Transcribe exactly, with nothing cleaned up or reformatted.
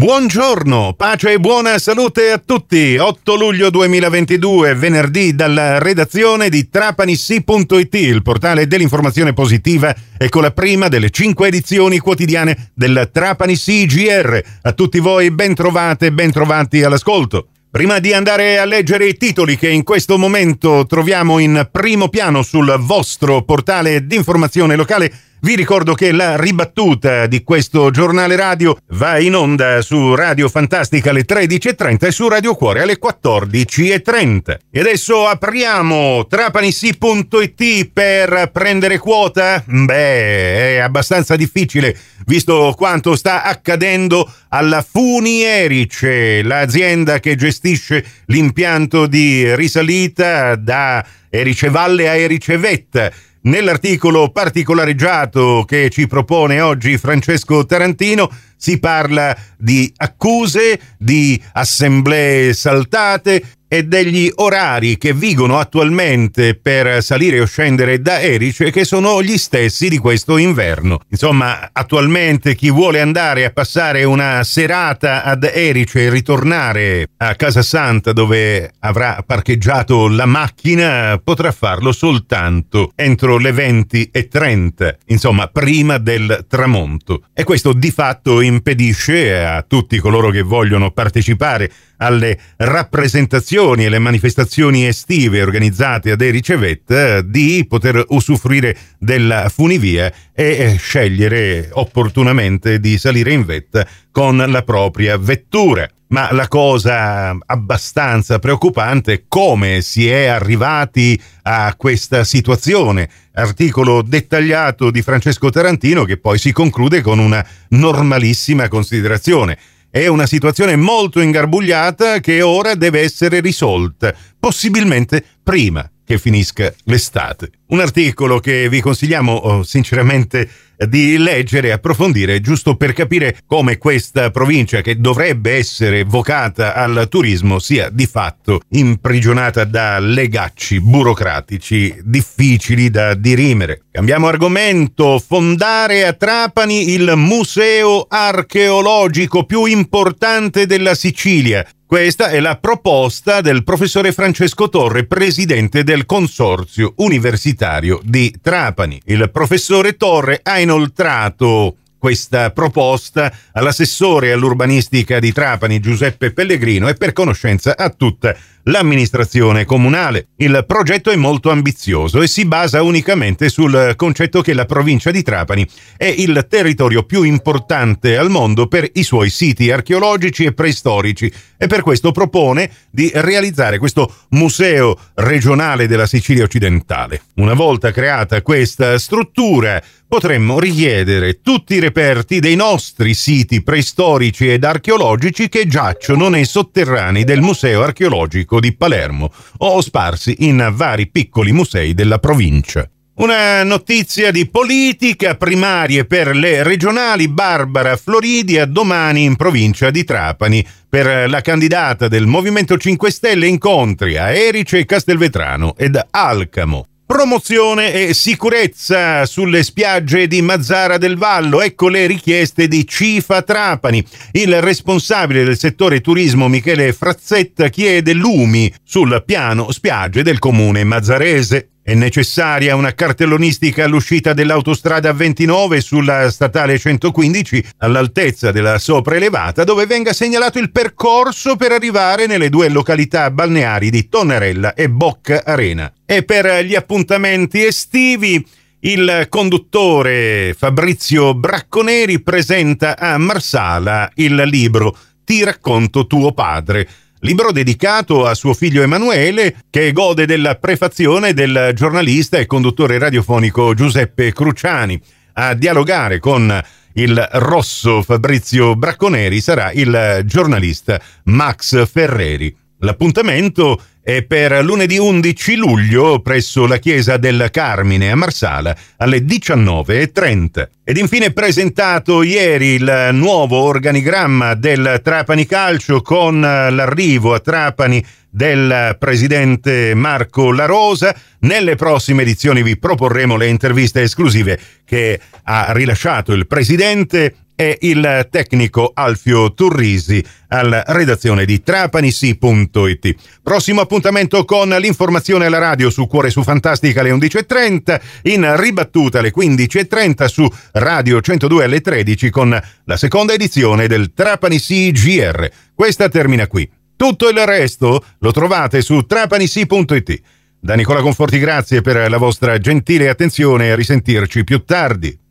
Buongiorno, pace e buona salute a tutti. otto luglio duemilaventidue, venerdì, dalla redazione di Trapanissi punto it, il portale dell'informazione positiva, e con la prima delle cinque edizioni quotidiane del Trapanissi G R. A tutti voi ben trovate e ben trovati all'ascolto. Prima di andare a leggere i titoli che in questo momento troviamo in primo piano sul vostro portale di informazione locale, vi ricordo che la ribattuta di questo giornale radio va in onda su Radio Fantastica alle tredici e trenta e su Radio Cuore alle quattordici e trenta. E adesso apriamo Trapanissi punto it per prendere quota? Beh, è abbastanza difficile, visto quanto sta accadendo alla Funi Erice, l'azienda che gestisce l'impianto di risalita da Erice Valle a Erice Vetta. Nell'articolo particolareggiato che ci propone oggi Francesco Tarantino si parla di accuse, di assemblee saltate e degli orari che vigono attualmente per salire o scendere da Erice, che sono gli stessi di questo inverno. Insomma, attualmente chi vuole andare a passare una serata ad Erice e ritornare a Casasanta, dove avrà parcheggiato la macchina, potrà farlo soltanto entro le venti e trenta, insomma prima del tramonto. E questo di fatto impedisce a tutti coloro che vogliono partecipare alle rappresentazioni e le manifestazioni estive organizzate ad Erice Vetta di poter usufruire della funivia e scegliere opportunamente di salire in vetta con la propria vettura. Ma la cosa abbastanza preoccupante è come si è arrivati a questa situazione. Articolo dettagliato di Francesco Tarantino che poi si conclude con una normalissima considerazione. È una situazione molto ingarbugliata che ora deve essere risolta, possibilmente prima che finisca l'estate. Un articolo che vi consigliamo oh, sinceramente di leggere e approfondire, giusto per capire come questa provincia, che dovrebbe essere vocata al turismo, sia di fatto imprigionata da legacci burocratici difficili da dirimere. Cambiamo argomento. Fondare a Trapani il museo archeologico più importante della Sicilia. Questa è la proposta del professore Francesco Torre, presidente del Consorzio Universitario di Trapani. Il professore Torre ha inoltrato questa proposta all'assessore all'urbanistica di Trapani, Giuseppe Pellegrino, e per conoscenza a tutta l'amministrazione comunale. Il progetto è molto ambizioso e si basa unicamente sul concetto che la provincia di Trapani è il territorio più importante al mondo per i suoi siti archeologici e preistorici, e per questo propone di realizzare questo museo regionale della Sicilia occidentale. Una volta creata questa struttura, potremmo richiedere tutti i reperti dei nostri siti preistorici ed archeologici che giacciono nei sotterranei del Museo Archeologico di Palermo o sparsi in vari piccoli musei della provincia. Una notizia di politica: primarie per le regionali. Barbara Floridia domani in provincia di Trapani per la candidata del Movimento cinque Stelle, incontri a Erice, Castelvetrano ed Alcamo. Promozione e sicurezza sulle spiagge di Mazzara del Vallo. Ecco le richieste di Cifa Trapani. Il responsabile del settore turismo Michele Frazzetta chiede lumi sul piano spiagge del comune mazzarese. È necessaria una cartellonistica all'uscita dell'autostrada ventinove sulla statale centoquindici all'altezza della sopraelevata, dove venga segnalato il percorso per arrivare nelle due località balneari di Tonarella e Bocca Arena. E per gli appuntamenti estivi, il conduttore Fabrizio Bracconeri presenta a Marsala il libro Ti racconto tuo padre, libro dedicato a suo figlio Emanuele, che gode della prefazione del giornalista e conduttore radiofonico Giuseppe Cruciani. A dialogare con il rosso Fabrizio Bracconeri sarà il giornalista Max Ferreri. L'appuntamento è per lunedì undici luglio presso la chiesa del Carmine a Marsala alle diciannove e trenta. Ed infine presentato ieri il nuovo organigramma del Trapani Calcio con l'arrivo a Trapani del presidente Marco La Rosa. Nelle prossime edizioni vi proporremo le interviste esclusive che ha rilasciato il presidente e il tecnico Alfio Turrisi alla redazione di Trapanisi punto it. Prossimo appuntamento con l'informazione alla radio su Cuore su Fantastica alle undici e trenta, in ribattuta alle quindici e trenta su Radio centodue alle tredici con la seconda edizione del Trapanisi G R. Questa termina qui. Tutto il resto lo trovate su Trapanisi punto it. Da Nicola Conforti grazie per la vostra gentile attenzione e a risentirci più tardi.